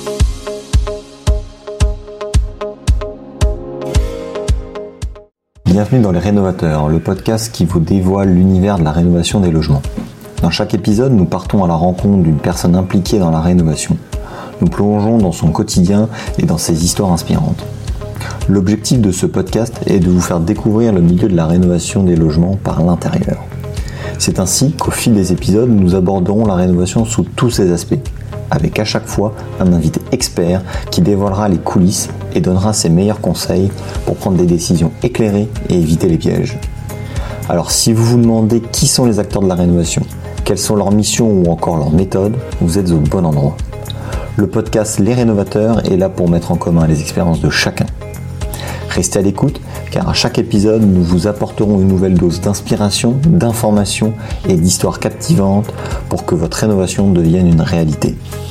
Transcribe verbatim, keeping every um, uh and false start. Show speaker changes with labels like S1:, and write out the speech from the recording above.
S1: Bienvenue dans Les Rénovateurs, le podcast qui vous dévoile l'univers de la rénovation des logements. Dans chaque épisode, nous partons à la rencontre d'une personne impliquée dans la rénovation. Nous plongeons dans son quotidien et dans ses histoires inspirantes. L'objectif de ce podcast est de vous faire découvrir le milieu de la rénovation des logements par l'intérieur. C'est ainsi qu'au fil des épisodes, nous aborderons la rénovation sous tous ses aspects, avec à chaque fois un invité expert qui dévoilera les coulisses et donnera ses meilleurs conseils pour prendre des décisions éclairées et éviter les pièges. Alors si vous vous demandez qui sont les acteurs de la rénovation, quelles sont leurs missions ou encore leurs méthodes, vous êtes au bon endroit. Le podcast Les Rénovateurs est là pour mettre en commun les expériences de chacun. Restez à l'écoute car à chaque épisode, nous vous apporterons une nouvelle dose d'inspiration, d'information et d'histoires captivantes pour que votre rénovation devienne une réalité.